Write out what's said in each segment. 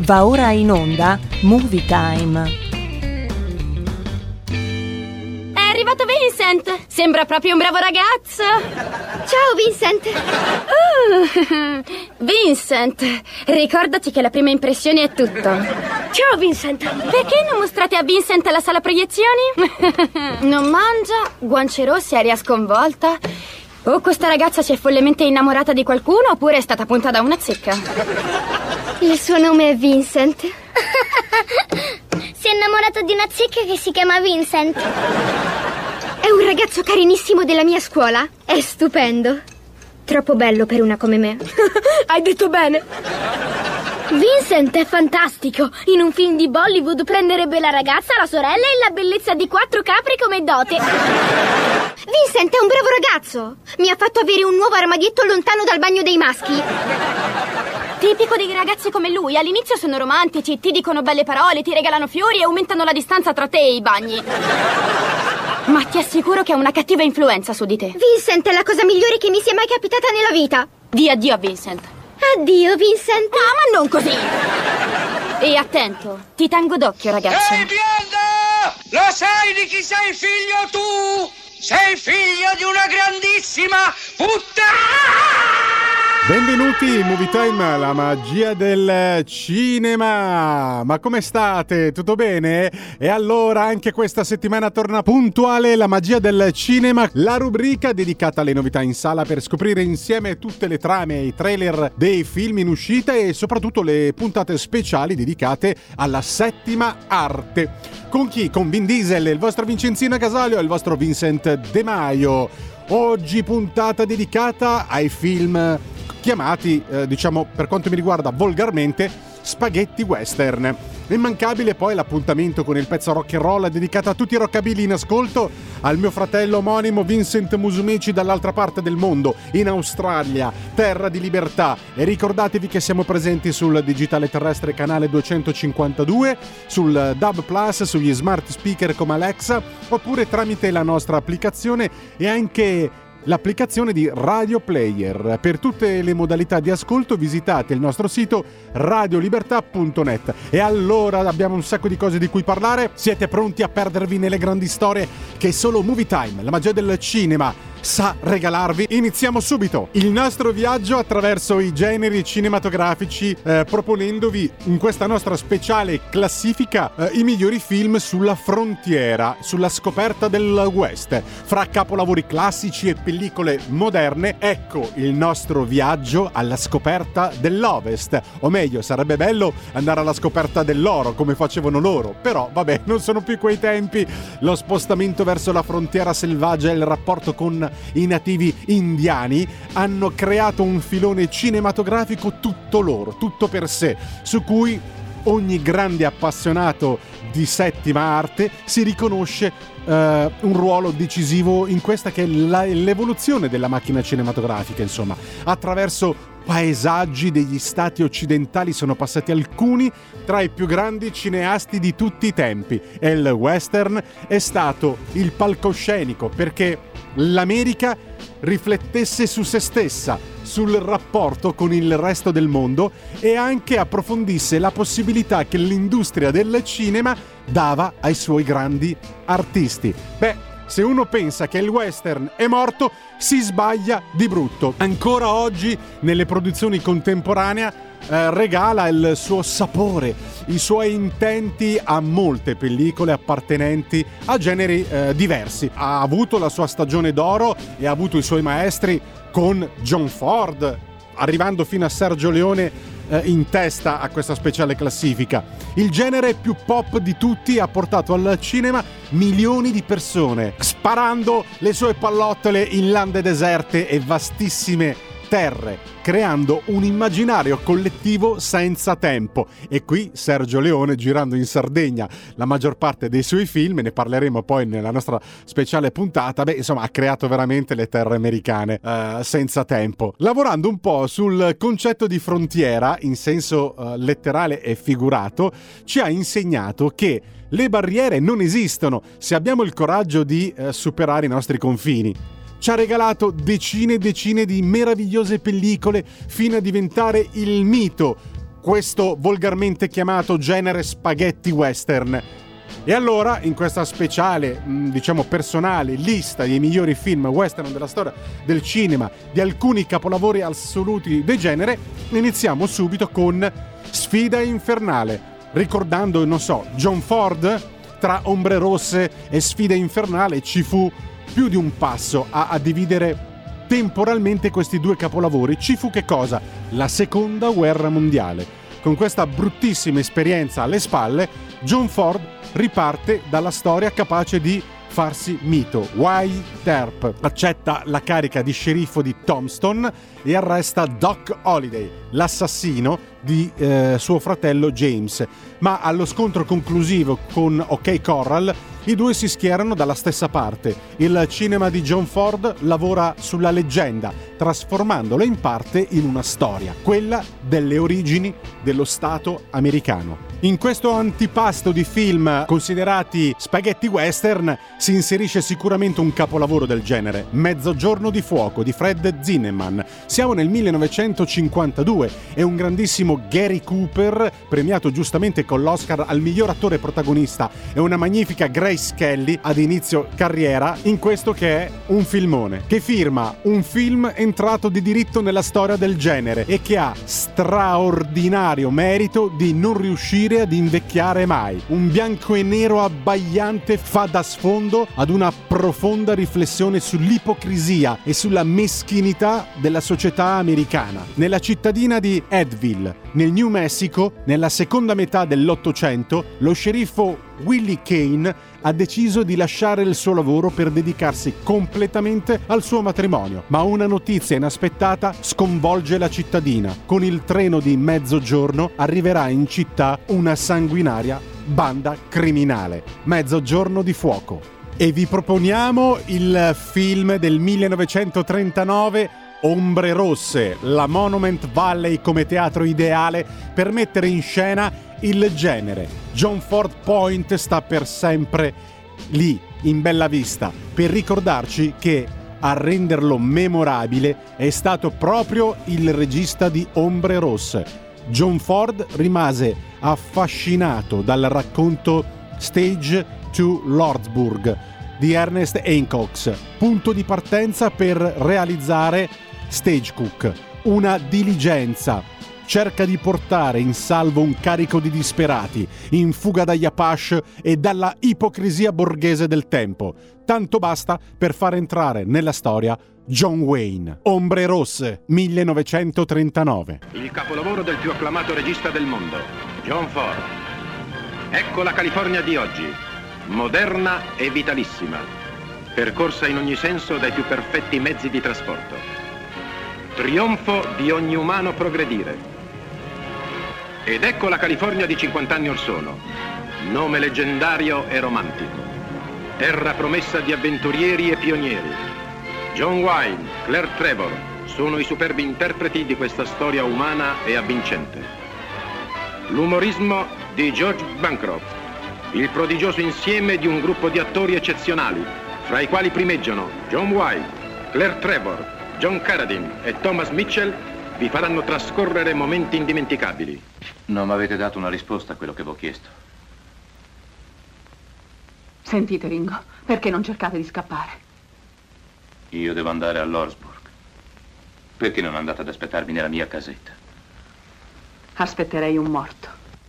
Va ora in onda Movie Time. È arrivato Vincent! Sembra proprio un bravo ragazzo! Ciao Vincent! Vincent, ricordati che la prima impressione è tutto. Ciao Vincent! Perché non mostrate a Vincent la sala proiezioni? Non mangia, guance rosse, aria sconvolta. O questa ragazza si è follemente innamorata di qualcuno oppure è stata punta da una zecca. Il suo nome è Vincent. Si è innamorato di una zecca che si chiama Vincent. È un ragazzo carinissimo della mia scuola. È stupendo. Troppo bello per una come me. Hai detto bene. Vincent è fantastico. In un film di Bollywood prenderebbe la ragazza, la sorella e la bellezza di 4 capri come dote. Vincent è un bravo ragazzo. Mi ha fatto avere un nuovo armadietto lontano dal bagno dei maschi. Tipico dei ragazzi come lui. All'inizio sono romantici, ti dicono belle parole, ti regalano fiori e aumentano la distanza tra te e i bagni. Ma ti assicuro che ha una cattiva influenza su di te. Vincent è la cosa migliore che mi sia mai capitata nella vita. Di addio a Vincent. Addio, Vincent. Ma non così. E attento, ti tengo d'occhio, ragazzo. Ehi, bionda! Lo sai di chi sei figlio tu? Sei figlio di una grandissima puttana! Benvenuti in Movie Time, la magia del cinema. Ma come state? Tutto bene? E allora anche questa settimana torna puntuale la magia del cinema, la rubrica dedicata alle novità in sala per scoprire insieme tutte le trame e i trailer dei film in uscita e soprattutto le puntate speciali dedicate alla settima arte. Con chi? Con Vin Diesel, il vostro Vincenzino Casalio e il vostro Vincent De Maio. Oggi puntata dedicata ai film chiamati, diciamo per quanto mi riguarda volgarmente, spaghetti western. Immancabile poi l'appuntamento con il pezzo rock and roll dedicato a tutti i rockabilly in ascolto, al mio fratello omonimo Vincent Musumeci dall'altra parte del mondo, in Australia, terra di libertà. E ricordatevi che siamo presenti sul digitale terrestre canale 252, sul DAB+, sugli smart speaker come Alexa, oppure tramite la nostra applicazione e anche l'applicazione di Radio Player. Per tutte le modalità di ascolto visitate il nostro sito radiolibertà.net. E allora abbiamo un sacco di cose di cui parlare. Siete pronti a perdervi nelle grandi storie che solo Movie Time, la magia del cinema, sa regalarvi? Iniziamo subito il nostro viaggio attraverso i generi cinematografici, proponendovi in questa nostra speciale classifica i migliori film sulla frontiera, sulla scoperta del West, fra capolavori classici e pellicole moderne. Ecco il nostro viaggio alla scoperta dell'Ovest, o meglio sarebbe bello andare alla scoperta dell'oro come facevano loro, però vabbè, non sono più quei tempi. Lo spostamento verso la frontiera selvaggia e il rapporto con i nativi indiani hanno creato un filone cinematografico tutto loro, tutto per sé, su cui ogni grande appassionato di settima arte si riconosce un ruolo decisivo in questa che è l'evoluzione della macchina cinematografica. Insomma, attraverso paesaggi degli stati occidentali sono passati alcuni tra i più grandi cineasti di tutti i tempi e il western è stato il palcoscenico perché l'America riflettesse su se stessa, sul rapporto con il resto del mondo e anche approfondisse la possibilità che l'industria del cinema dava ai suoi grandi artisti. Beh, se uno pensa che il western è morto, si sbaglia di brutto. Ancora oggi, nelle produzioni contemporanee, regala il suo sapore, i suoi intenti a molte pellicole appartenenti a generi diversi. Ha avuto la sua stagione d'oro e ha avuto i suoi maestri con John Ford, arrivando fino a Sergio Leone in testa a questa speciale classifica. Il genere più pop di tutti ha portato al cinema milioni di persone, sparando le sue pallottole in lande deserte e vastissime terre, creando un immaginario collettivo senza tempo. E qui Sergio Leone, girando in Sardegna la maggior parte dei suoi film, ne parleremo poi nella nostra speciale puntata, insomma ha creato veramente le terre americane senza tempo, lavorando un po' sul concetto di frontiera in senso letterale e figurato. Ci ha insegnato che le barriere non esistono se abbiamo il coraggio di superare i nostri confini. Ci ha regalato decine e decine di meravigliose pellicole fino a diventare il mito, questo volgarmente chiamato genere spaghetti western. E allora, in questa speciale, diciamo personale, lista dei migliori film western della storia del cinema, di alcuni capolavori assoluti del genere, iniziamo subito con Sfida Infernale, ricordando, non so, John Ford. Tra Ombre Rosse e Sfida Infernale ci fu più di un passo a dividere temporalmente questi due capolavori. Ci fu che cosa? La Seconda Guerra Mondiale. Con questa bruttissima esperienza alle spalle, John Ford riparte dalla storia capace di farsi mito. Wyatt Earp accetta la carica di sceriffo di Tombstone e arresta Doc Holliday, l'assassino di suo fratello James. Ma allo scontro conclusivo con OK Corral, i due si schierano dalla stessa parte. Il cinema di John Ford lavora sulla leggenda, trasformandola in parte in una storia, quella delle origini dello Stato americano. In questo antipasto di film considerati spaghetti western si inserisce sicuramente un capolavoro del genere, Mezzogiorno di fuoco di Fred Zinnemann. Siamo nel 1952 e un grandissimo Gary Cooper, premiato giustamente con l'Oscar al miglior attore protagonista, e una magnifica Grace Kelly ad inizio carriera in questo che è un filmone, che firma un film entrato di diritto nella storia del genere e che ha straordinario merito di non riuscire ad invecchiare mai. Un bianco e nero abbagliante fa da sfondo ad una profonda riflessione sull'ipocrisia e sulla meschinità della società americana. Nella cittadina di Edville, nel New Mexico, nella seconda metà dell'Ottocento, lo sceriffo Willie Kane ha deciso di lasciare il suo lavoro per dedicarsi completamente al suo matrimonio. Ma una notizia inaspettata sconvolge la cittadina. Con il treno di mezzogiorno arriverà in città una sanguinaria banda criminale. Mezzogiorno di fuoco. E vi proponiamo il film del 1939, Ombre Rosse, la Monument Valley come teatro ideale per mettere in scena il genere. John Ford Point sta per sempre lì, in bella vista, per ricordarci che a renderlo memorabile è stato proprio il regista di Ombre Rosse. John Ford rimase affascinato dal racconto Stage to Lordsburg di Ernest Hancock, punto di partenza per realizzare Stagecoach, una diligenza. Cerca di portare in salvo un carico di disperati, in fuga dagli Apache e dalla ipocrisia borghese del tempo. Tanto basta per far entrare nella storia John Wayne. Ombre Rosse, 1939. Il capolavoro del più acclamato regista del mondo, John Ford. Ecco la California di oggi, moderna e vitalissima, percorsa in ogni senso dai più perfetti mezzi di trasporto. Trionfo di ogni umano progredire. Ed ecco la California di 50 anni or sono, nome leggendario e romantico, terra promessa di avventurieri e pionieri. John Wayne, Claire Trevor sono i superbi interpreti di questa storia umana e avvincente. L'umorismo di George Bancroft, il prodigioso insieme di un gruppo di attori eccezionali, fra i quali primeggiano John Wayne, Claire Trevor, John Carradine e Thomas Mitchell, vi faranno trascorrere momenti indimenticabili. Non mi avete dato una risposta a quello che avevo chiesto. Sentite, Ringo, perché non cercate di scappare? Io devo andare a Lordsburg. Perché non andate ad aspettarmi nella mia casetta? Aspetterei un morto.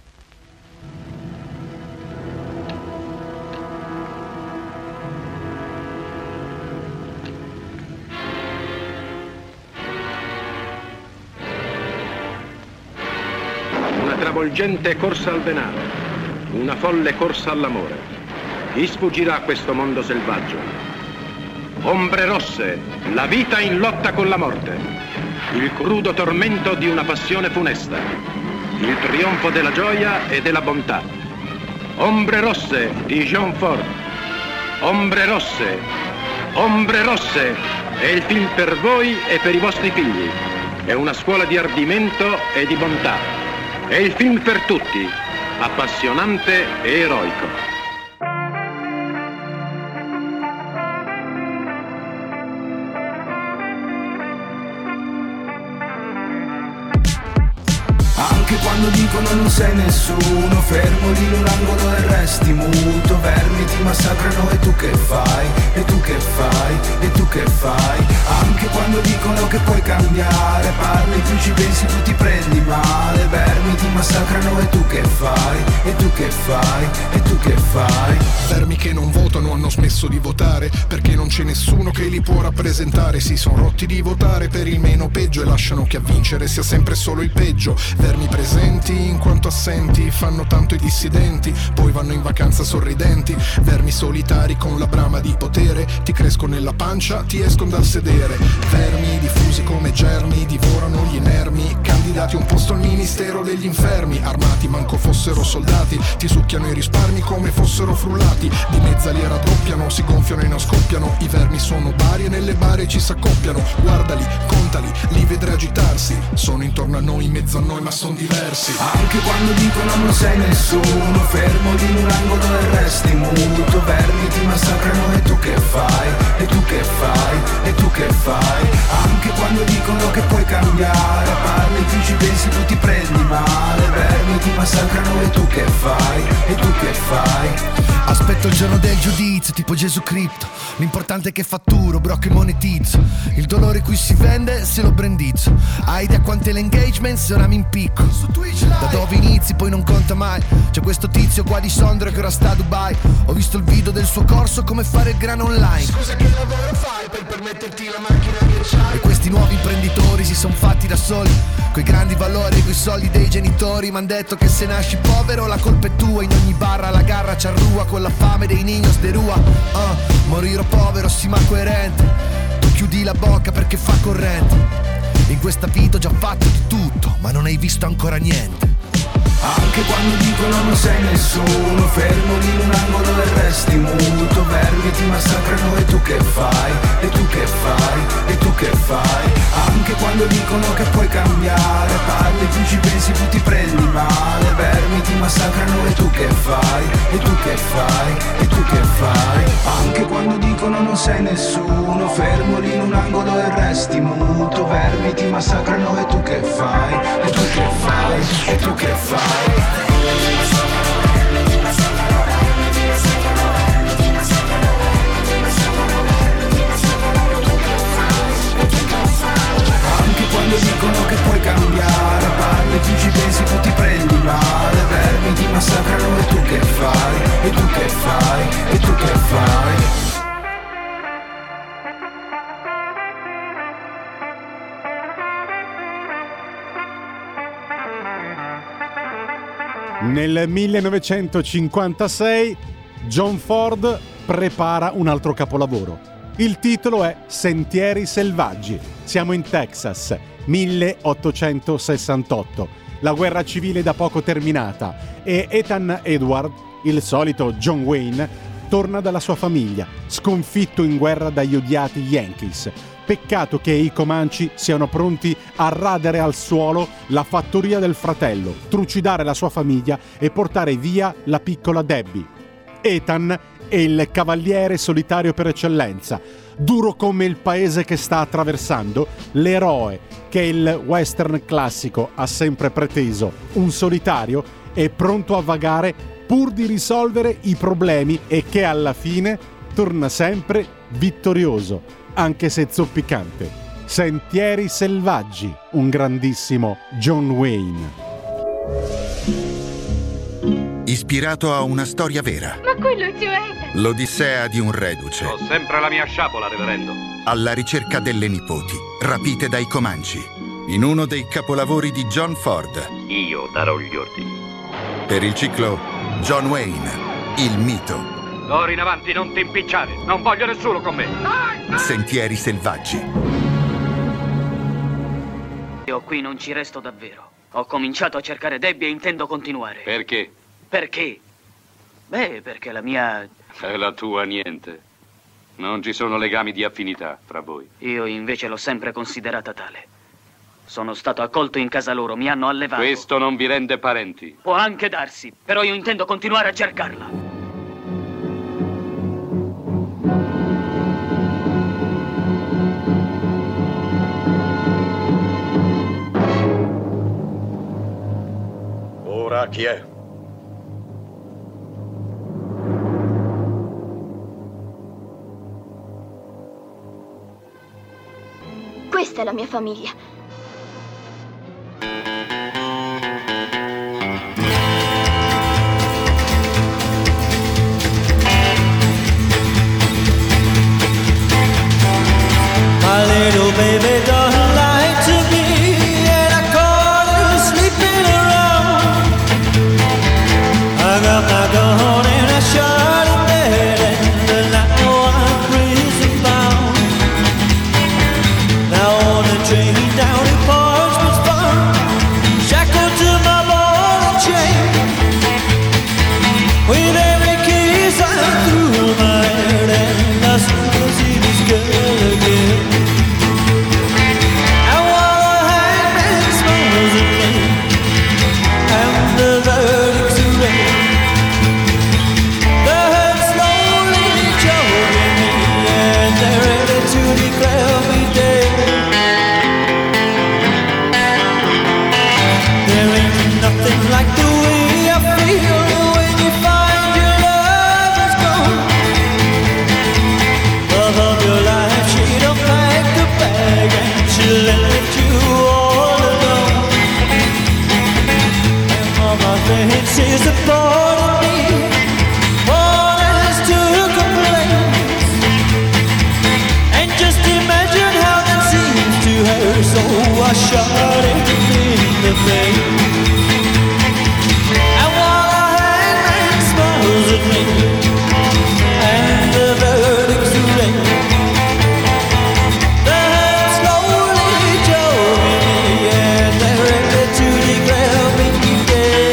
Travolgente corsa al denaro, una folle corsa all'amore. Chi sfuggirà a questo mondo selvaggio? Ombre rosse, la vita in lotta con la morte, il crudo tormento di una passione funesta, il trionfo della gioia e della bontà. Ombre rosse di John Ford. Ombre rosse, Ombre rosse, è il film per voi e per i vostri figli. È una scuola di ardimento e di bontà. È il film per tutti, appassionante e eroico. Anche quando dicono non sei nessuno, fermo lì in un angolo e resti muto. Vermi ti massacrano e tu che fai? E tu che fai? E tu che fai? Anche quando dicono che puoi cambiare, parli più ci pensi tu ti prendi male. Vermi ti massacrano e tu che fai? E tu che fai? E tu che fai? Vermi che non votano hanno smesso di votare perché non c'è nessuno che li può rappresentare. Si sono rotti di votare per il meno peggio e lasciano che a vincere sia sempre solo il peggio. Vermi presenti in quanto assenti, fanno tanto i dissidenti, poi vanno in vacanza sorridenti. Vermi solitari con la brama di potere, ti crescono nella pancia, ti escono dal sedere. Vermi diffusi come germi, divorano gli inermi, candidati un posto al ministero degli infermi. Armati manco fossero soldati, ti succhiano i risparmi come fossero frullati. Di mezza li raddoppiano, si gonfiano e non scoppiano. I vermi sono vari e nelle bare ci s'accoppiano. Guardali, contali, li vedrai agitarsi. Sono intorno a noi, in mezzo a noi, ma sono diversi. Anche quando dicono non sei nessuno, fermo lì in un angolo e resti muto. Vermi ti massacrano e tu che fai? E tu che fai? E tu che fai? Anche quando dicono che puoi cambiare, parli più ci pensi tu ti prendi male. Vermi ti massacrano e tu che fai? E tu che fai? Aspetto il giorno del giudizio, tipo Gesù Cripto. L'importante è che fatturo, bro, che monetizzo. Il dolore qui si vende se lo brandizzo. Hai idea quante l'engagement se ora mi impicco. Da dove inizi poi non conta mai. C'è questo tizio qua di Sondra che ora sta a Dubai. Ho visto il video del suo corso, come fare il grano online. Scusa che lavoro fai per permetterti la macchina che c'hai? E questi nuovi imprenditori si son fatti da soli, coi grandi valori e coi soldi dei genitori. M'han detto che se nasci povero la colpa è tua. In ogni barra la garra c'arrua, con la fame dei niños de rua. Morirò povero sì ma coerente. Tu chiudi la bocca perché fa corrente. In questa vita ho già fatto di tutto, ma non hai visto ancora niente. Anche quando dicono non sei nessuno, fermo lì in un angolo e resti muto. Vermi ti massacrano e tu che fai? E tu che fai? E tu che fai? Anche quando dicono che puoi cambiare, parli più ci pensi tu ti prendi male. Vermi ti massacrano e tu che fai? E tu che fai? E tu che fai? Anche quando dicono non sei nessuno, fermo lì in un angolo e resti muto. Vermi ti massacrano e tu che fai? E tu che fai? E tu che fai? Anche quando dicono che puoi cambiare, parli più ci pensi tu ti prendi male. Vermi ti massacrano e tu che fai? E tu che fai? E tu che fai? Nel 1956 John Ford prepara un altro capolavoro. Il titolo è Sentieri selvaggi. Siamo in Texas, 1868. La guerra civile da poco terminata e Ethan Edward, il solito John Wayne, torna dalla sua famiglia, sconfitto in guerra dagli odiati Yankees. Peccato che i Comanci siano pronti a radere al suolo la fattoria del fratello, trucidare la sua famiglia e portare via la piccola Debbie. Ethan è il cavaliere solitario per eccellenza, duro come il paese che sta attraversando, l'eroe che il western classico ha sempre preteso, un solitario e pronto a vagare pur di risolvere i problemi e che alla fine torna sempre vittorioso, anche se zoppicante. Sentieri selvaggi, un grandissimo John Wayne. Ispirato a una storia vera. Ma quello è zio Ethan. L'odissea di un reduce. Ho sempre la mia sciabola, reverendo. Alla ricerca delle nipoti, rapite dai Comanci. In uno dei capolavori di John Ford. Io darò gli ordini. Per il ciclo John Wayne, il mito. D'ora in avanti non ti impicciare, non voglio nessuno con me. Sentieri selvaggi. Io qui non ci resto davvero. Ho cominciato a cercare Debbie e intendo continuare. Perché? Perché? Beh, perché la mia... È la tua niente. Non ci sono legami di affinità fra voi. Io invece l'ho sempre considerata tale. Sono stato accolto in casa loro, mi hanno allevato. Questo non vi rende parenti. Può anche darsi, però io intendo continuare a cercarla. Sa chi è? Questa è la mia famiglia. My little baby don't lie to me, and I caught her sleeping around. I got my gun and I shot her dead, and now I'm prison bound. Now on a train down in Parchment Farm, shackled to my ball and chain. With every kiss I threw my head, and I still see this girl again. She's a part of me, all has took a place. And just imagine how that seems to her, so I shot it in the face. And while the hangman smiles at me, and the verdict's read, the head slowly jogging me, and they're ready to declare me dead.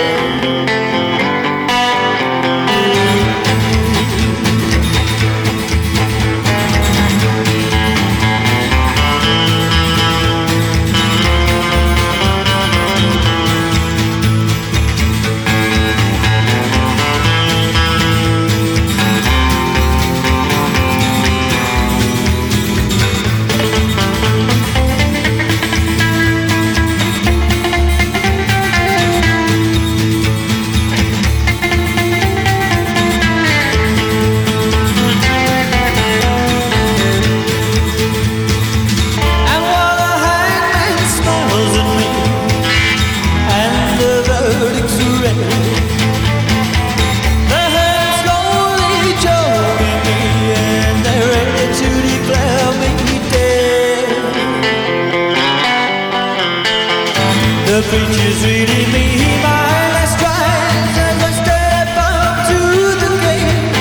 The preacher's reading me my last rites as I step up to the gate.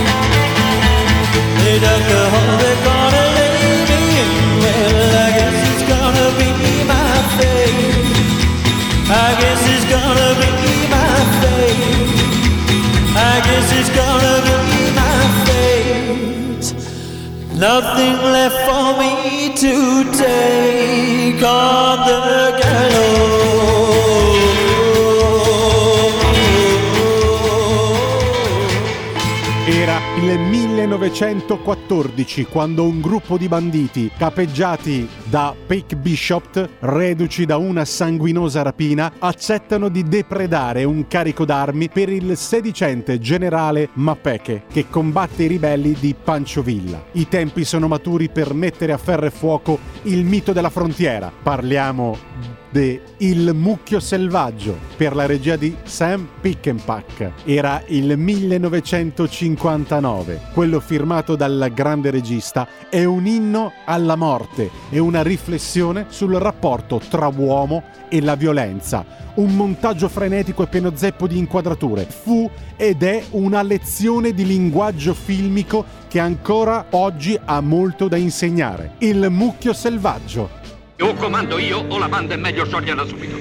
They dug the hole, they're gonna lay me in. Well, I guess it's gonna be my fate. I guess it's gonna be my fate. I guess it's gonna be my fate. Nothing left for me to take on the gallows. Era il 1914 quando un gruppo di banditi capeggiati da Peake Bishop, reduci da una sanguinosa rapina, accettano di depredare un carico d'armi per il sedicente generale Mapeke che combatte i ribelli di Pancho Villa. I tempi sono maturi per mettere a ferro e fuoco il mito della frontiera. Parliamo de Il mucchio selvaggio per la regia di Sam Peckinpah. Era il 1959. Quello firmato dal grande regista è un inno alla morte e una riflessione sul rapporto tra uomo e la violenza. Un montaggio frenetico e pieno zeppo di inquadrature. Fu ed è una lezione di linguaggio filmico che ancora oggi ha molto da insegnare. Il mucchio selvaggio. O comando io o la banda è meglio scioglierla subito.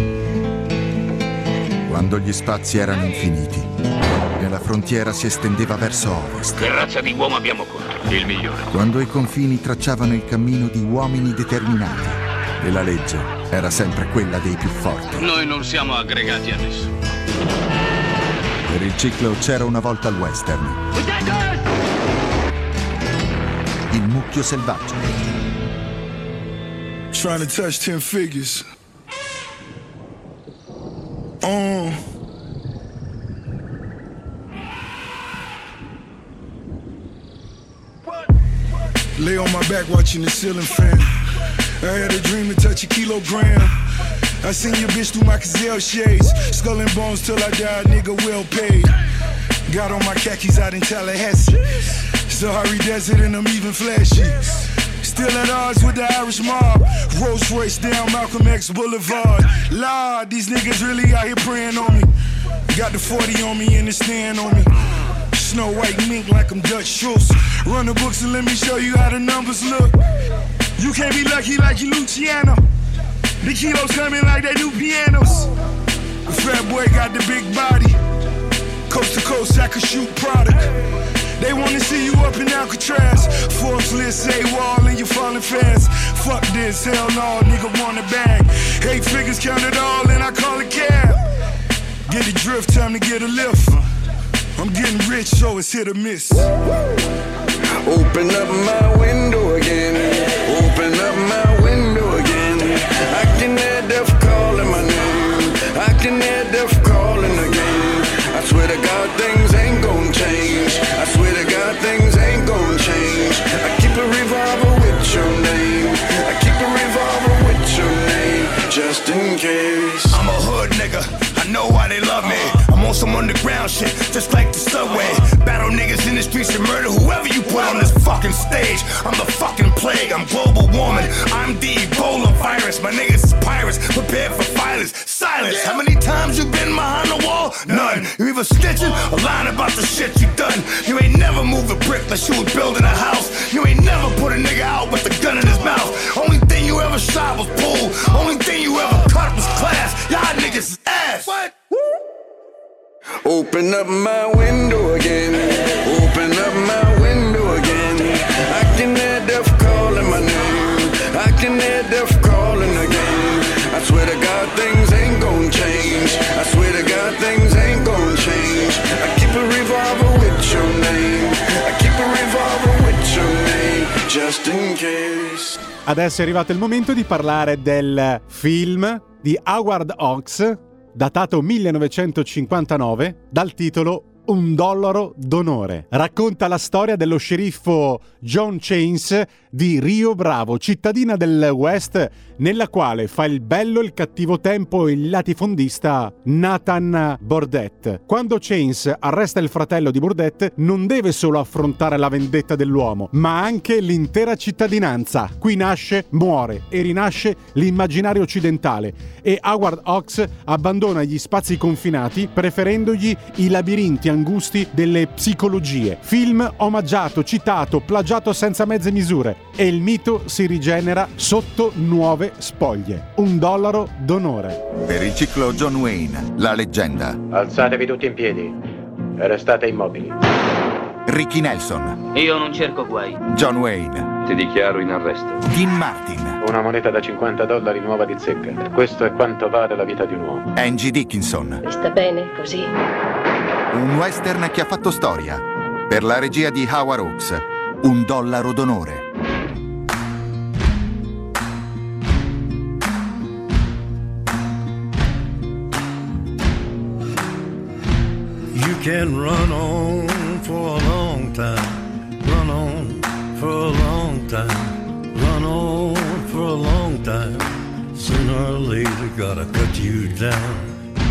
Quando gli spazi erano infiniti e la frontiera si estendeva verso ovest. Che razza di uomo abbiamo contro? Il migliore. Quando i confini tracciavano il cammino di uomini determinati e la legge era sempre quella dei più forti. Noi non siamo aggregati a nessuno. Per il ciclo C'era una volta al western. Il mucchio selvaggio. Trying to touch 10 figures. Lay on my back watching the ceiling fan. I had a dream to touch a kilogram. I seen your bitch through my gazelle shades. Skull and bones till I die, nigga well paid. Got on my khakis out in Tallahassee. Sahara Desert and I'm even flashy. Still at odds with the Irish mob. Rolls Royce down Malcolm X Boulevard. Lord, these niggas really out here praying on me. Got the 40 on me and the stand on me. Snow White mink like I'm Dutch Schultz. Run the books and let me show you how the numbers look. You can't be lucky like you Luciano. The kilos coming like they new pianos. The fat boy got the big body. Coast to coast, I could shoot product. They wanna see you up in Alcatraz. Forbes list say wall and you falling fast. Fuck this, hell no, nigga want a bag. 8 figures count it all and I call it cab. Get the drift, time to get a lift. I'm getting rich, so it's hit or miss. Open up my window again. Open up my window again. I can hear death calling my name. I can hear death calling again. I swear to God things ain't gon' change. I swear to God things ain't gon' change. I keep a revolver with your name. I keep a revolver with your name. Just in case. I'm a hood nigga, I know why they love me. I'm on some underground shit, just like the subway. Battle niggas in the streets and murder whoever you put on this fucking stage. I'm the fucking plague, I'm global warming. I'm the Ebola virus, my niggas is pirates, prepared for violence. Silence, how many times you been behind the wall? None. You either snitching or lying about the shit you done. You ain't never moved a brick like you was building a house. You ain't never put a nigga out with a gun in his mouth. Only thing you ever shot was pool. Only thing you ever cut was class. Y'all niggas is ass. What? Open up my window again. Open up my window again. I can hear death calling my name. I can hear death calling again. I swear to God things ain't gon' change. I swear to God things ain't gon' change. I keep a revolver with your name. I keep a revolver with your name. Just in case. Adesso è arrivato il momento di parlare del film di Howard Hawks, datato 1959, dal titolo $1 d'onore. Racconta la storia dello sceriffo John Chains di Rio Bravo, cittadina del West, nella quale fa il bello, il cattivo tempo il latifondista Nathan Burdett. Quando Chains arresta il fratello di Burdett, non deve solo affrontare la vendetta dell'uomo, ma anche l'intera cittadinanza. Qui nasce, muore e rinasce l'immaginario occidentale e Howard Hawks abbandona gli spazi confinati preferendogli i labirinti angusti delle psicologie. Film omaggiato, citato, plagiato senza mezze misure, e il mito si rigenera sotto nuove spoglie. $1 d'onore. Per il ciclo John Wayne, la leggenda. Alzatevi tutti in piedi e restate immobili. Ricky Nelson. Io non cerco guai. John Wayne. Ti dichiaro in arresto. Dean Martin. Una moneta da $50 nuova di zecca. Questo è quanto vale la vita di un uomo. Angie Dickinson. Sta bene così? Un western che ha fatto storia. Per la regia di Howard Hawks, $1 d'onore. You can run on for a long time, run on for a long time, run on for a long time. Sooner or later, gotta cut you down.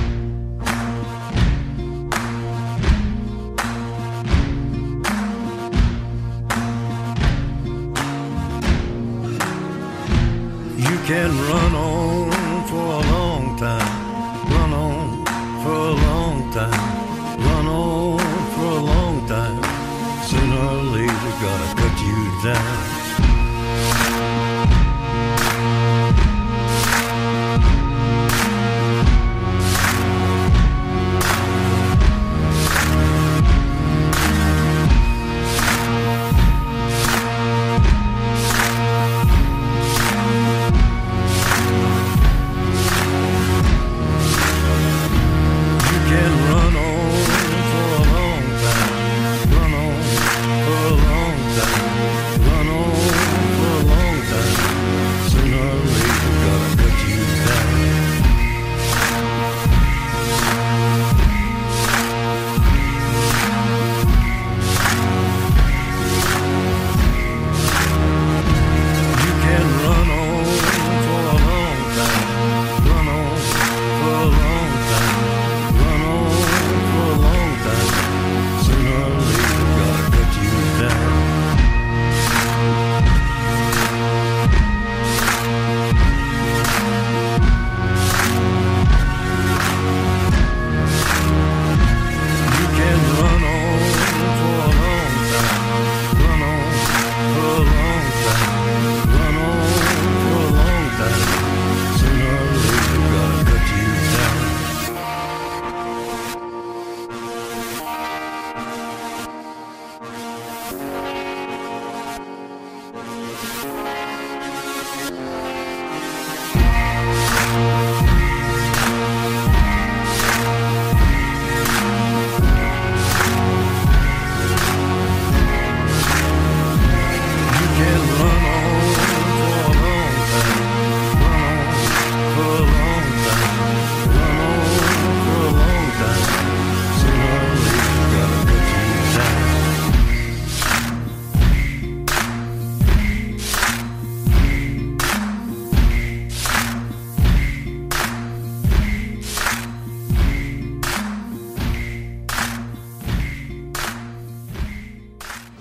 You can run on for a long time, run on for a long time. Run on for a long time. Sooner or later, gotta cut you down.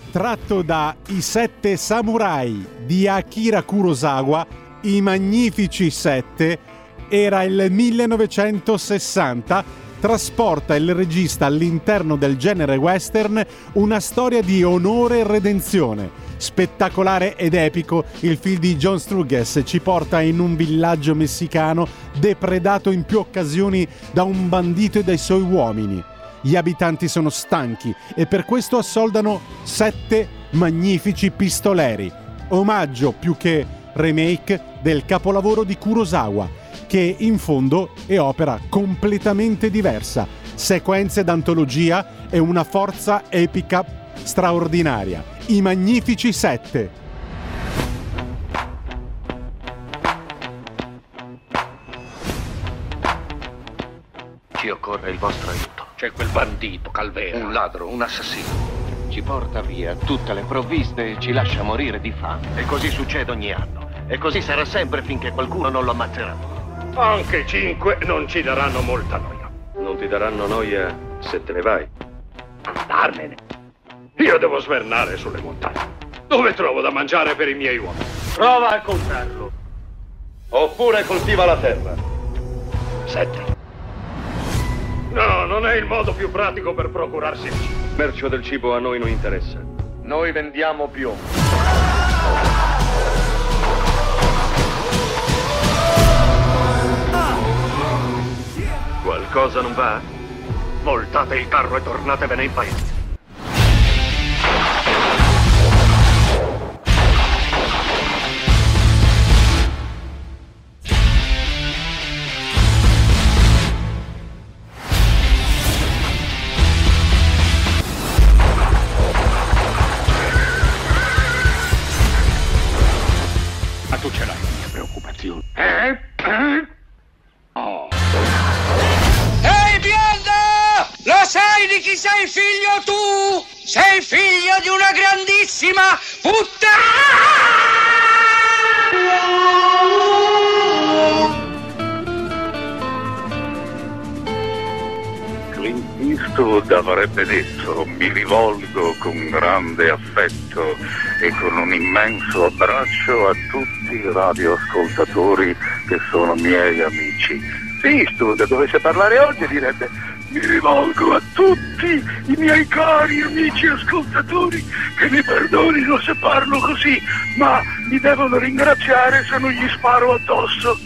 tratto da I 7 samurai di Akira Kurosawa, I Magnifici 7, era il 1960, trasporta il regista all'interno del genere western una storia di onore e redenzione. Spettacolare ed epico, il film di John Sturges ci porta in un villaggio messicano depredato in più occasioni da un bandito e dai suoi uomini. Gli abitanti sono stanchi e per questo assoldano 7 magnifici pistoleri. Omaggio più che remake del capolavoro di Kurosawa, che in fondo è opera completamente diversa, sequenze d'antologia e una forza epica straordinaria. I Magnifici 7. Ci occorre il vostro aiuto. C'è quel bandito, Calvera. Un ladro, un assassino. Ci porta via tutte le provviste e ci lascia morire di fame. E così succede ogni anno. E così sarà sempre finché qualcuno non lo ammazzerà. Anche 5 non ci daranno molta noia. Non ti daranno noia se te ne vai. Andarmene. Io devo svernare sulle montagne. Dove trovo da mangiare per i miei uomini? Prova a comprarlo. Oppure coltiva la terra. 7. No, non è il modo più pratico per procurarsi il cibo. Il mercio del cibo a noi non interessa. Noi vendiamo piombo. Qualcosa non va? Voltate il carro e tornatevene in paese. Ma tu ce l'hai la mia preoccupazione. Oh. Ehi, bionda! Lo sai di chi sei figlio tu? Sei figlio di una grandissima Clint Eastwood avrebbe detto: mi rivolgo con grande affetto e con un immenso abbraccio a tutti i radioascoltatori che sono miei amici. Se Eastwood dovesse parlare oggi direbbe: mi rivolgo a tutti i miei cari amici ascoltatori che mi perdonino se parlo così, ma mi devono ringraziare se non gli sparo addosso.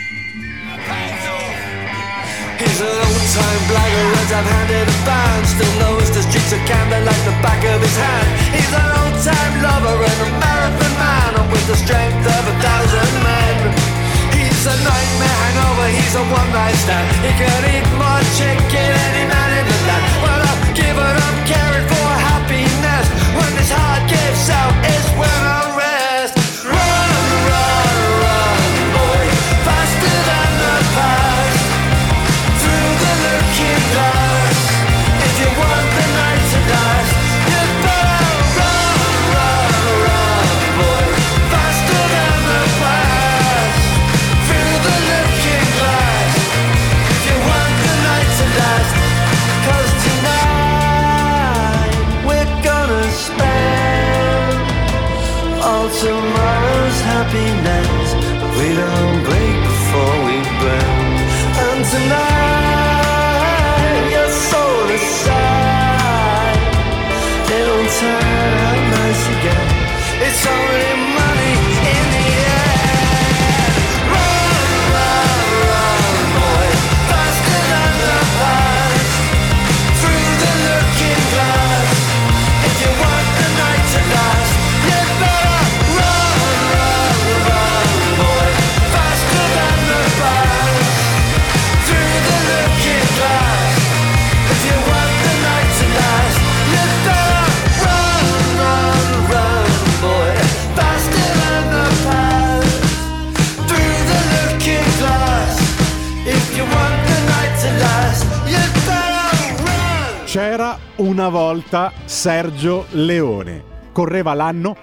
He's an old-time blagger, red-handed band, still knows the streets of Camden like the back of his hand. He's an old-time lover and a marathon man, and with the strength of 1,000 men. He's a nightmare hangover, he's a one-night stand. He can eat more chicken than any man in the land. Well, I'll give it up, caring for happiness. When this heart gives out, it's when I rest. Run, run, run, boy, faster than the past. Looking glass, if you want the night to last, you better run, run, run, boy, faster than the blast. Through the looking glass, if you want the night to last. 'Cause tonight we're gonna spend all tomorrow's happiness. We don't break before we burn. And tonight your soul aside, it'll turn out nice again. It's only money in the end. Run, run, run, boy, faster than the past. Through the looking glass, if you want the night to last, you better run, run, run, boy, faster than the past. Through the looking glass, if you want the night to last, you better run, run, run, boy, faster than the past. Through the looking glass, if you want the night to last, you better run. C'era una volta Sergio Leone. Correva l'anno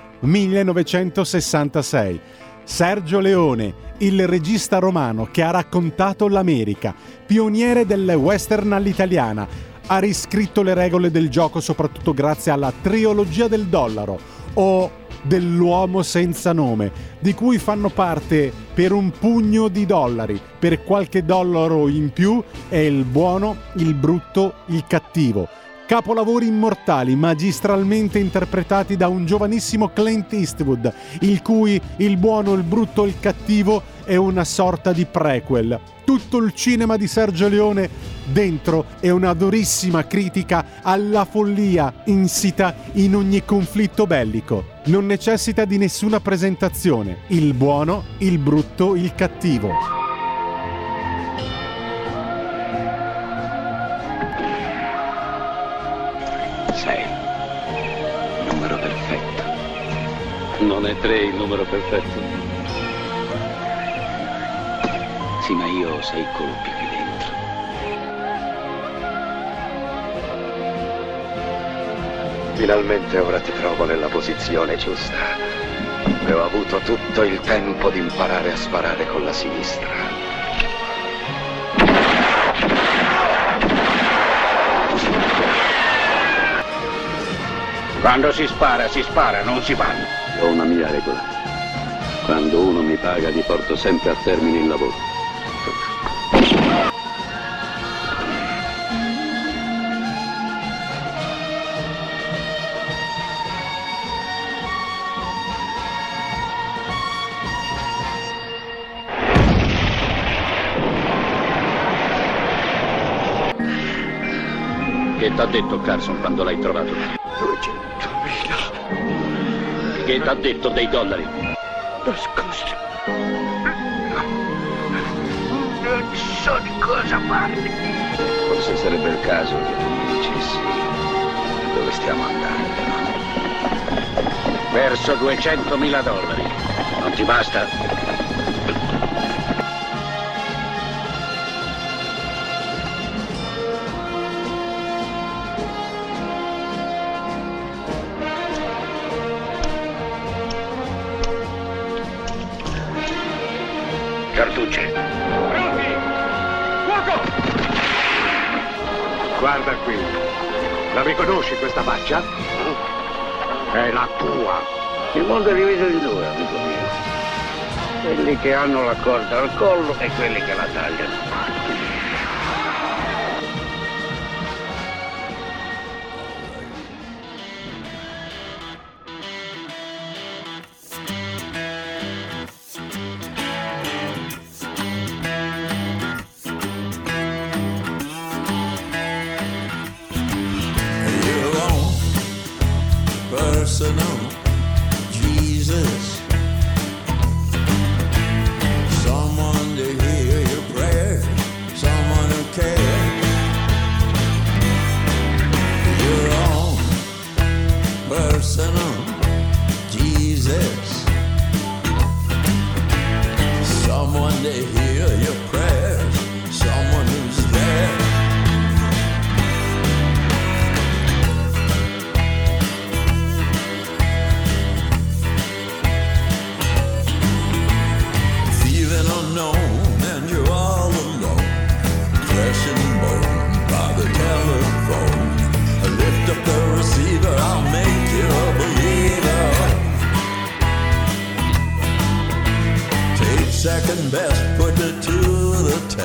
1966. Sergio Leone, il regista romano che ha raccontato l'America, pioniere del western all'italiana, ha riscritto le regole del gioco soprattutto grazie alla trilogia del dollaro o dell'uomo senza nome, di cui fanno parte per un pugno di dollari, per qualche dollaro in più, è Il buono, il brutto, il cattivo. Capolavori immortali magistralmente interpretati da un giovanissimo Clint Eastwood, il cui Il buono, il brutto e il cattivo è una sorta di prequel. Tutto il cinema di Sergio Leone dentro è una durissima critica alla follia insita in ogni conflitto bellico. Non necessita di nessuna presentazione. Il buono, il brutto, il cattivo. Numero perfetto. Non è 3 il numero perfetto? Sì, ma io ho 6 colpi qui dentro. Finalmente ora ti trovo nella posizione giusta. E ho avuto tutto il tempo di imparare a sparare con la sinistra. Quando si spara, non si vanno. Ho una mia regola. Quando uno mi paga, gli porto sempre a termine il lavoro. Che t'ha detto Carson quando l'hai trovato? 200.000. Che t'ha detto dei dollari? Nascosti. Non so di cosa parli. Forse sarebbe il caso che tu mi dicessi dove stiamo andando. Verso 200.000 dollari. Non ti basta? Cartucci. Pronti! Fuoco! Guarda qui. La riconosci questa faccia? È la tua. Il mondo è diviso in due, amico mio. Quelli che hanno la corda al collo e quelli che la tagliano. Personal Jesus, someone to hear your prayer, someone who cares. Your own personal Jesus, someone to hear your prayers, someone who's there. And you're all alone, flesh and bone by the telephone. I lift up the receiver, I'll make you a believer. Take second best, put it to the test.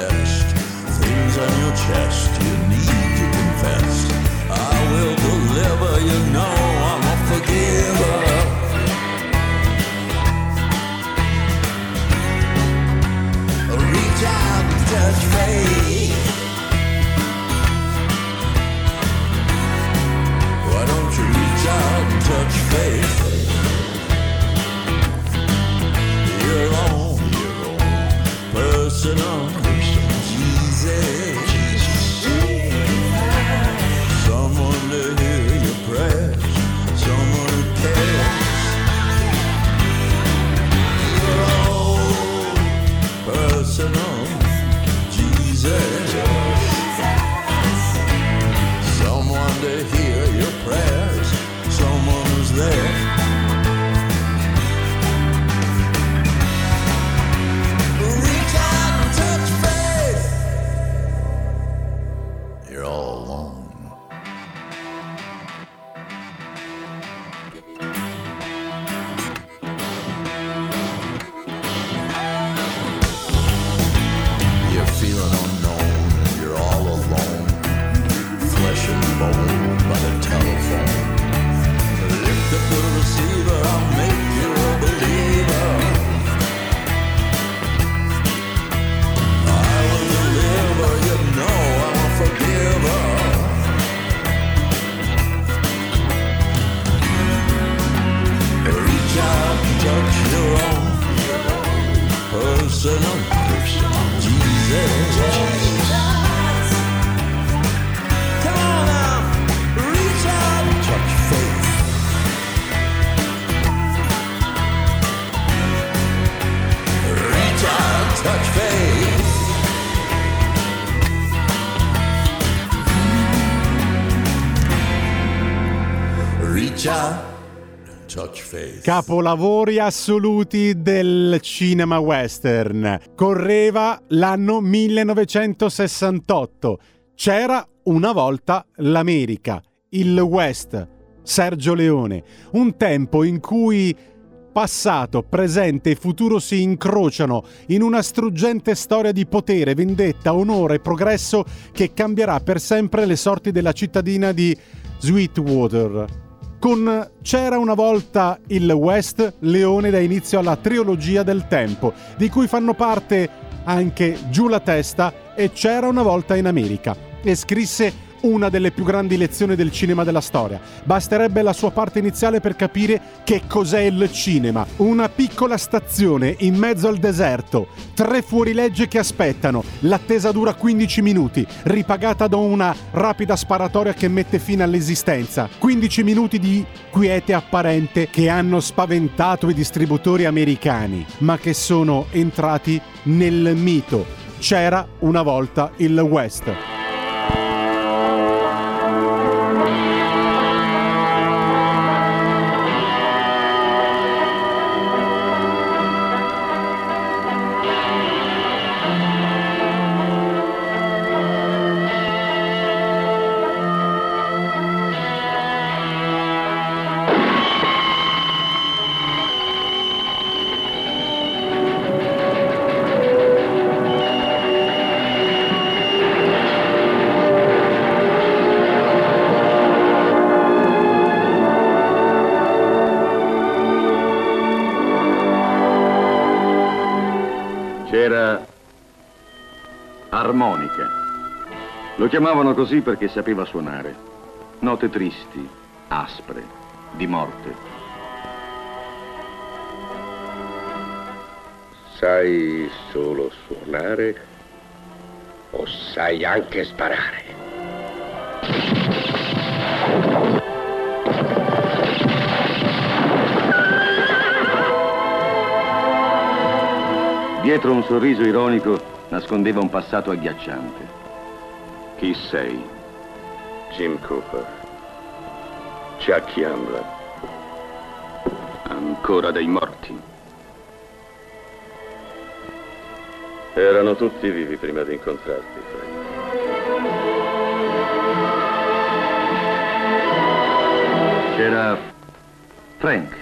Capolavori assoluti del cinema western. Correva l'anno 1968. C'era una volta l'America, il West, Sergio Leone. Un tempo in cui passato, presente e futuro si incrociano in una struggente storia di potere, vendetta, onore e progresso che cambierà per sempre le sorti della cittadina di Sweetwater. Con C'era una volta il West, Leone dà inizio alla trilogia del tempo, di cui fanno parte anche Giù la testa e C'era una volta in America, e scrisse una delle più grandi lezioni del cinema della storia. Basterebbe la sua parte iniziale per capire che cos'è il cinema. Una piccola stazione in mezzo al deserto, 3 fuorilegge che aspettano, l'attesa dura 15 minuti, ripagata da una rapida sparatoria che mette fine all'esistenza. 15 minuti di quiete apparente che hanno spaventato i distributori americani, ma che sono entrati nel mito. C'era una volta il West. C'era armonica. Lo chiamavano così perché sapeva suonare. Note tristi, aspre, di morte. Sai solo suonare o sai anche sparare? Dietro un sorriso ironico nascondeva un passato agghiacciante. Chi sei? Jim Cooper. Chuck Yambler. Ancora dei morti. Erano tutti vivi prima di incontrarti, Frank. C'era Frank.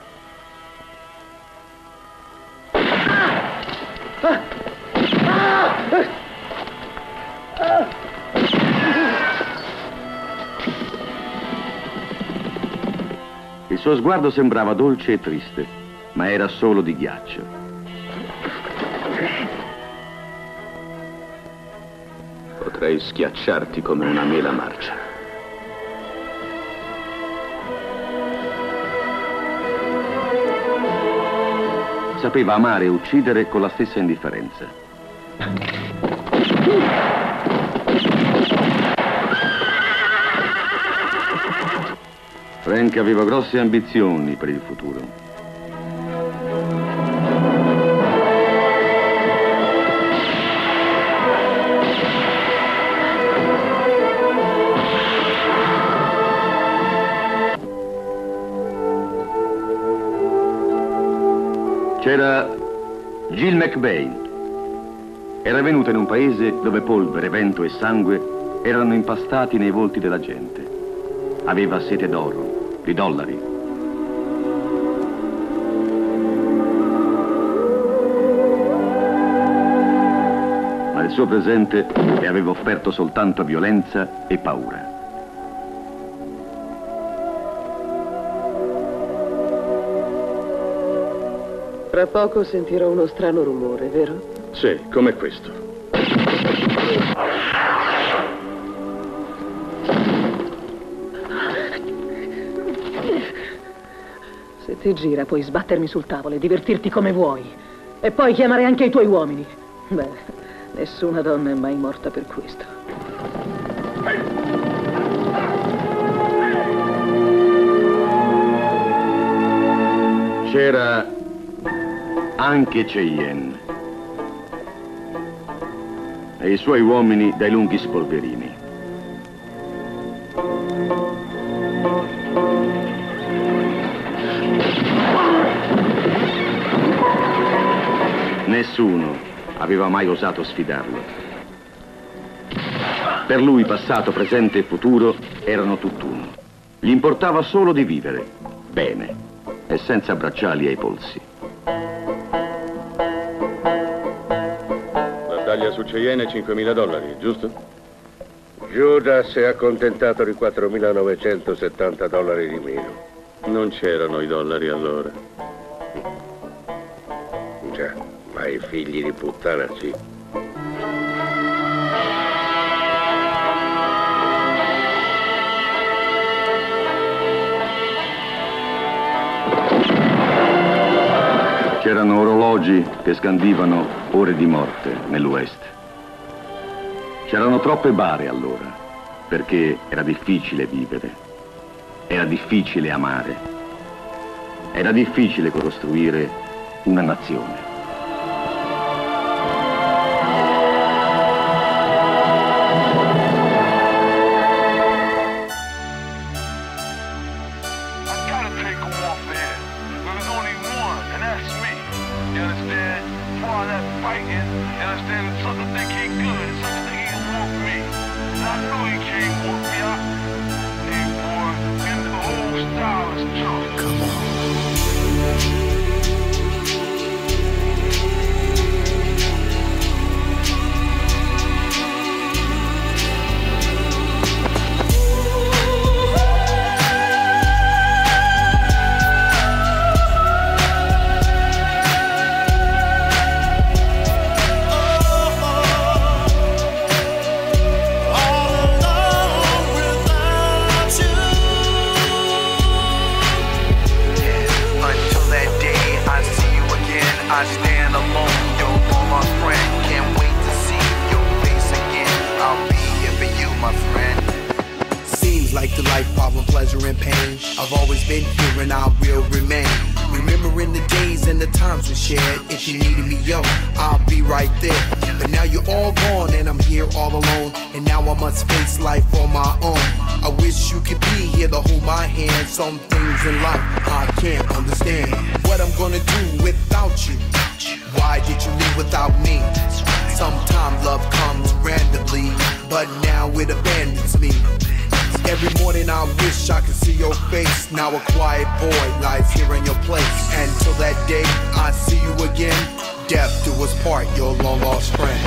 Il suo sguardo sembrava dolce e triste, ma era solo di ghiaccio. Potrei schiacciarti come una mela marcia. Sapeva amare e uccidere con la stessa indifferenza. Frank aveva grosse ambizioni per il futuro. C'era Jill McBain. Era venuta in un paese dove polvere, vento e sangue erano impastati nei volti della gente. Aveva sete d'oro, di dollari. Ma il suo presente le aveva offerto soltanto violenza e paura. Tra poco sentirò uno strano rumore, vero? Sì, come questo. Se ti gira puoi sbattermi sul tavolo e divertirti come vuoi. E poi chiamare anche i tuoi uomini. Beh, nessuna donna è mai morta per questo. C'era anche Cheyenne e i suoi uomini dai lunghi spolverini. Nessuno aveva mai osato sfidarlo. Per lui passato, presente e futuro erano tutt'uno. Gli importava solo di vivere, bene, e senza bracciali ai polsi. La taglia su Cheyenne è $5.000, giusto? Judas si è accontentato di $4.970 di meno. Non c'erano i dollari allora. Già, ma i figli di puttana sì. C'erano orologi che scandivano ore di morte nell'West. C'erano troppe bare allora, perché era difficile vivere, era difficile amare, era difficile costruire una nazione. Like the life, problem, pleasure, and pain. I've always been here and I will remain. Remembering the days and the times we shared. If you needed me, yo, I'll be right there. But now you're all gone and I'm here all alone. And now I must face life on my own. I wish you could be here to hold my hand. Some things in life I can't understand. What I'm gonna do without you? Why did you leave without me? Sometimes love comes randomly, but now it abandons me. Every morning I wish I could see your face. Now a quiet boy lies here in your place. And till that day I see you again, death do us part, your long lost friend.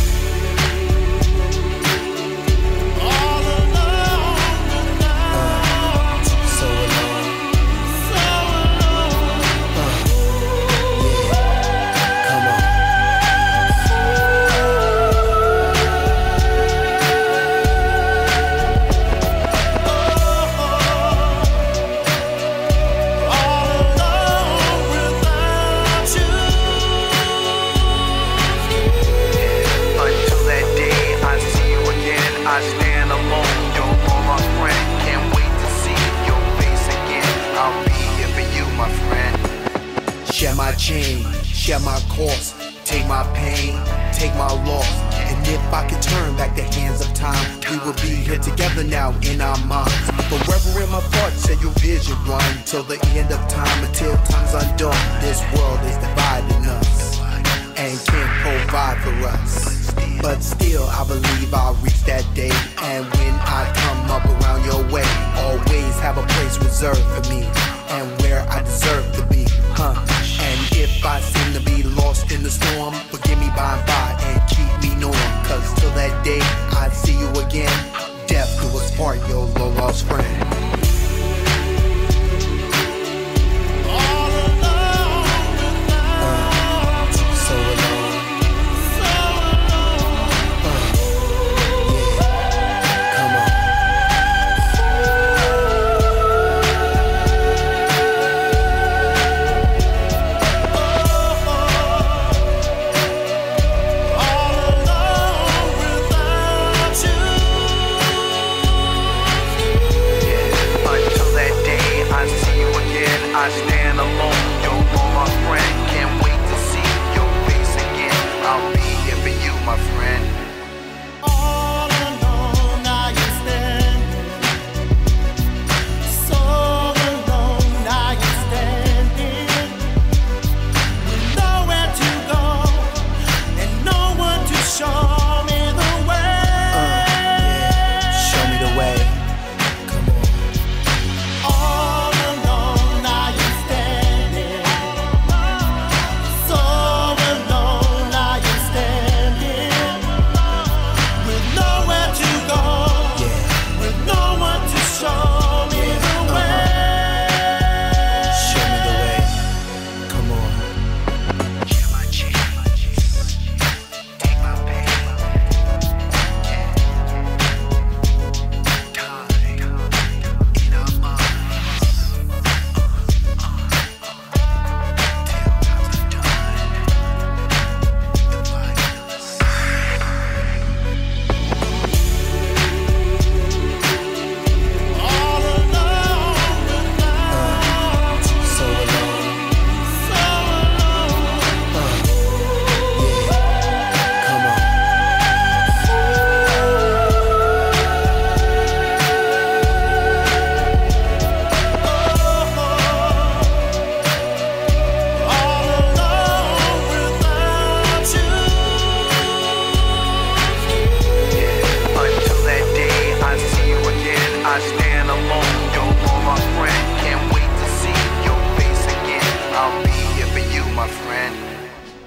Share my chain, share my course, take my pain, take my loss. And if I could turn back the hands of time, we will be here together now in our minds. Forever in my thoughts and your vision run till the end of time, until time's undone. This world is dividing us and can't provide for us. But still I believe I'll reach that day. And when I come up around your way, always have a place reserved for me, and where I deserve to be, And if I seem to be lost in the storm, forgive me by and by and keep me knowing. Cause till that day I see you again, death do us part, your long lost friend.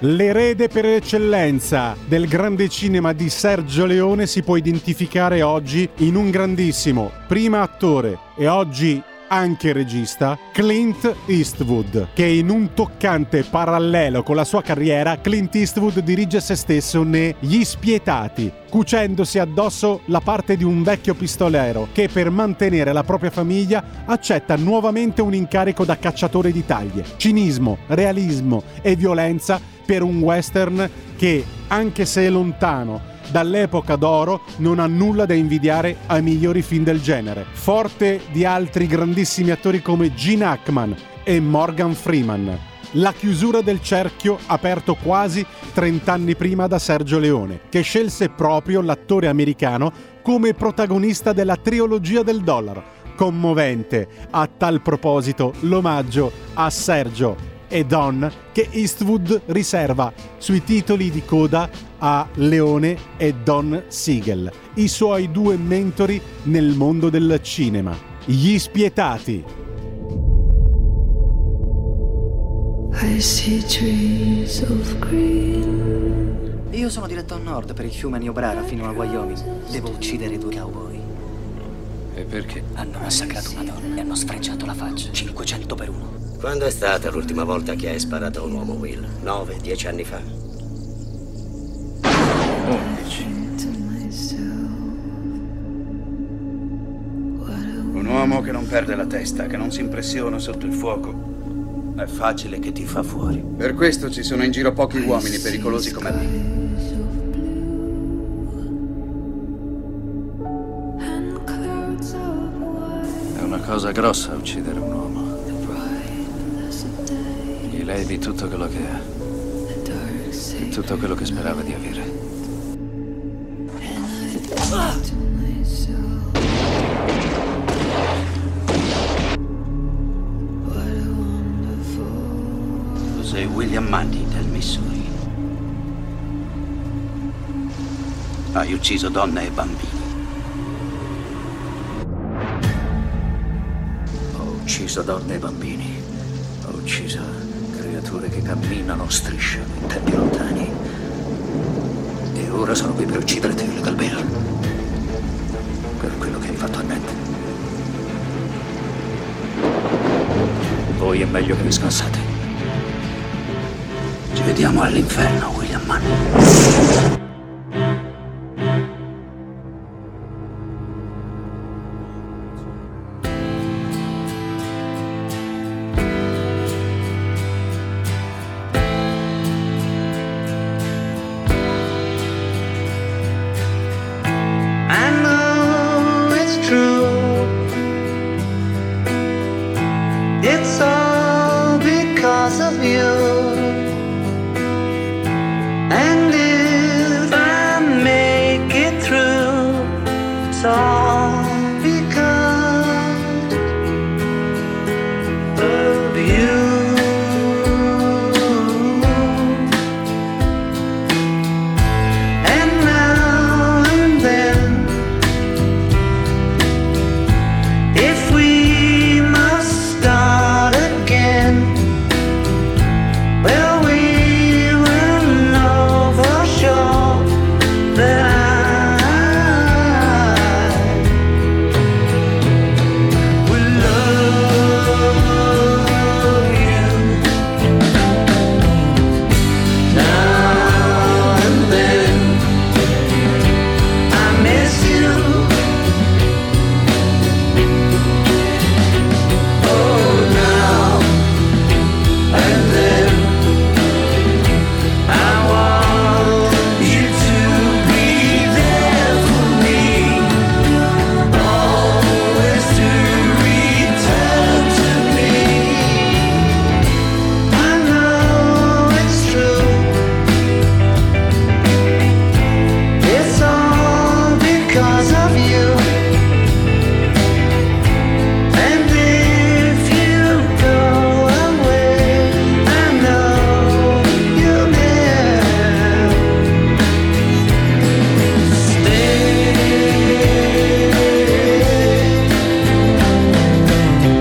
L'erede per eccellenza del grande cinema di Sergio Leone si può identificare oggi in un grandissimo, prima attore e oggi anche regista, Clint Eastwood, che in un toccante parallelo con la sua carriera, Clint Eastwood dirige se stesso ne Gli Spietati, cucendosi addosso la parte di un vecchio pistolero che per mantenere la propria famiglia accetta nuovamente un incarico da cacciatore di taglie. Cinismo, realismo e violenza per un western che, anche se è lontano dall'epoca d'oro, non ha nulla da invidiare ai migliori film del genere. Forte di altri grandissimi attori come Gene Hackman e Morgan Freeman. La chiusura del cerchio aperto quasi 30 anni prima da Sergio Leone, che scelse proprio l'attore americano come protagonista della trilogia del dollaro. Commovente a tal proposito l'omaggio a Sergio e Don che Eastwood riserva sui titoli di coda a Leone e Don Siegel, i suoi due mentori nel mondo del cinema. Gli Spietati. I see trees of green. Io sono diretto a nord per il fiume Niobrara fino al Wyoming. Devo uccidere 2 cowboy. E perché? Hanno massacrato una donna e hanno sfregiato la faccia. 500 per 1. Quando è stata l'ultima volta che hai sparato a un uomo, Will? 9, 10 anni fa? 11. Un uomo che non perde la testa, che non si impressiona sotto il fuoco, è facile che ti fa fuori. Per questo ci sono in giro pochi uomini pericolosi come me. È una cosa grossa uccidere un uomo. Gli levi tutto quello che ha e tutto quello che sperava di avere. Tu sei William Mundy del Missouri. Hai ucciso donne e bambini. Ho ucciso donne e bambini. Ho ucciso creature che camminano, strisciano in tempi lontani. E ora sono qui per uccidere te, Little Bill. Per quello che hai fatto a Ned. Voi è meglio che vi scansate. Ci vediamo all'inferno, William Mundy.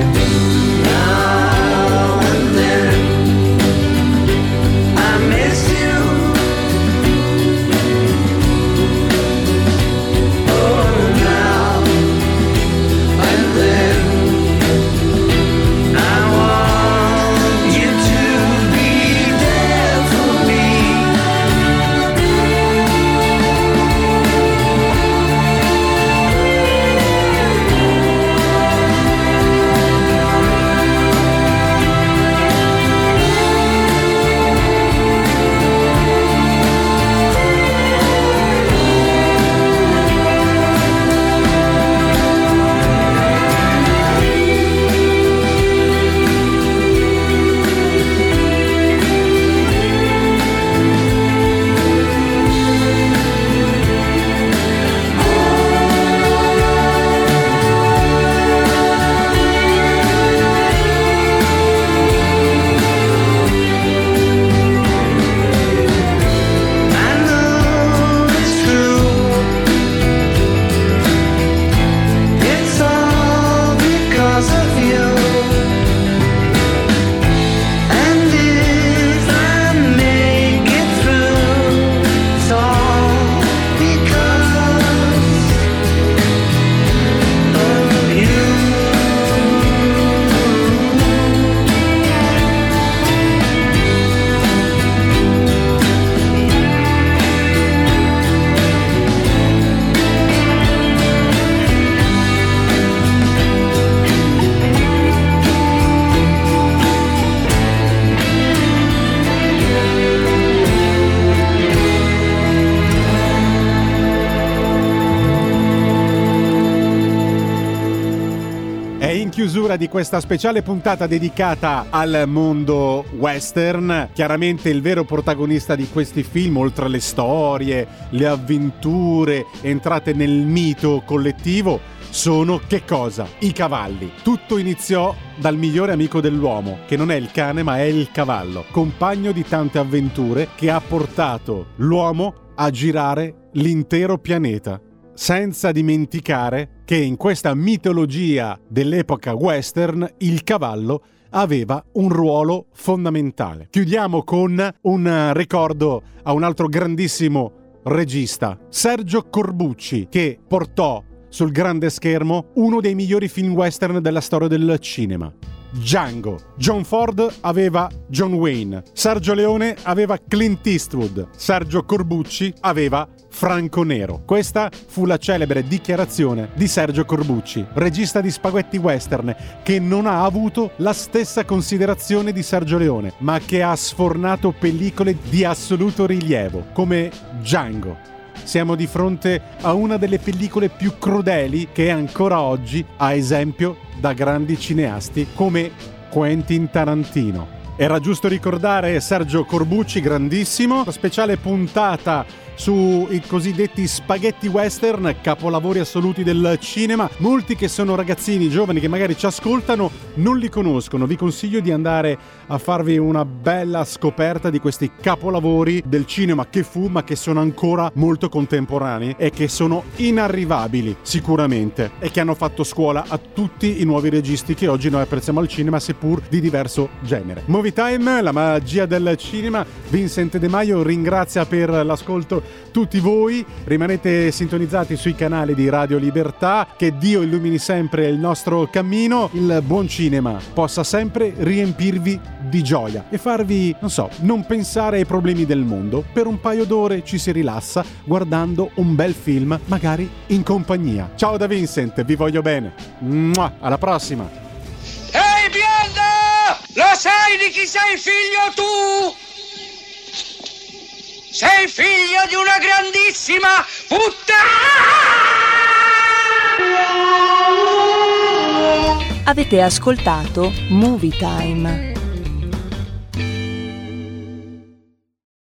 miss you. chiusura di questa speciale puntata dedicata al mondo western. Chiaramente il vero protagonista di questi film, oltre alle storie, le avventure entrate nel mito collettivo, sono che cosa? I cavalli. Tutto iniziò dal migliore amico dell'uomo, che non è il cane ma è il cavallo, compagno di tante avventure che ha portato l'uomo a girare l'intero pianeta. Senza dimenticare che in questa mitologia dell'epoca western il cavallo aveva un ruolo fondamentale. Chiudiamo con un ricordo a un altro grandissimo regista, Sergio Corbucci, che portò sul grande schermo uno dei migliori film western della storia del cinema, Django. John Ford aveva John Wayne, Sergio Leone aveva Clint Eastwood, Sergio Corbucci aveva Franco Nero. Questa fu la celebre dichiarazione di Sergio Corbucci, regista di spaghetti western, che non ha avuto la stessa considerazione di Sergio Leone, ma che ha sfornato pellicole di assoluto rilievo, come Django. Siamo di fronte a una delle pellicole più crudeli che ancora oggi ha esempio da grandi cineasti come Quentin Tarantino. Era giusto ricordare Sergio Corbucci, grandissimo. La speciale puntata sui cosiddetti spaghetti western, capolavori assoluti del cinema. Molti che sono ragazzini giovani che magari ci ascoltano non li conoscono. Vi consiglio di andare a farvi una bella scoperta di questi capolavori del cinema che fu, ma che sono ancora molto contemporanei e che sono inarrivabili sicuramente, e che hanno fatto scuola a tutti i nuovi registi che oggi noi apprezziamo al cinema, seppur di diverso genere. Movie Time, la magia del cinema. Vincent De Maio ringrazia per l'ascolto tutti voi. Rimanete sintonizzati sui canali di Radio Libertà. Che Dio illumini sempre il nostro cammino. Il buon cinema possa sempre riempirvi di gioia e farvi, non pensare ai problemi del mondo. Per un paio d'ore ci si rilassa guardando un bel film, magari in compagnia. Ciao da Vincent, vi voglio bene. Mua, alla prossima. Ehi bionda! Lo sai di chi sei figlio tu? Sei figlio di una grandissima puttana! Avete ascoltato Movie Time.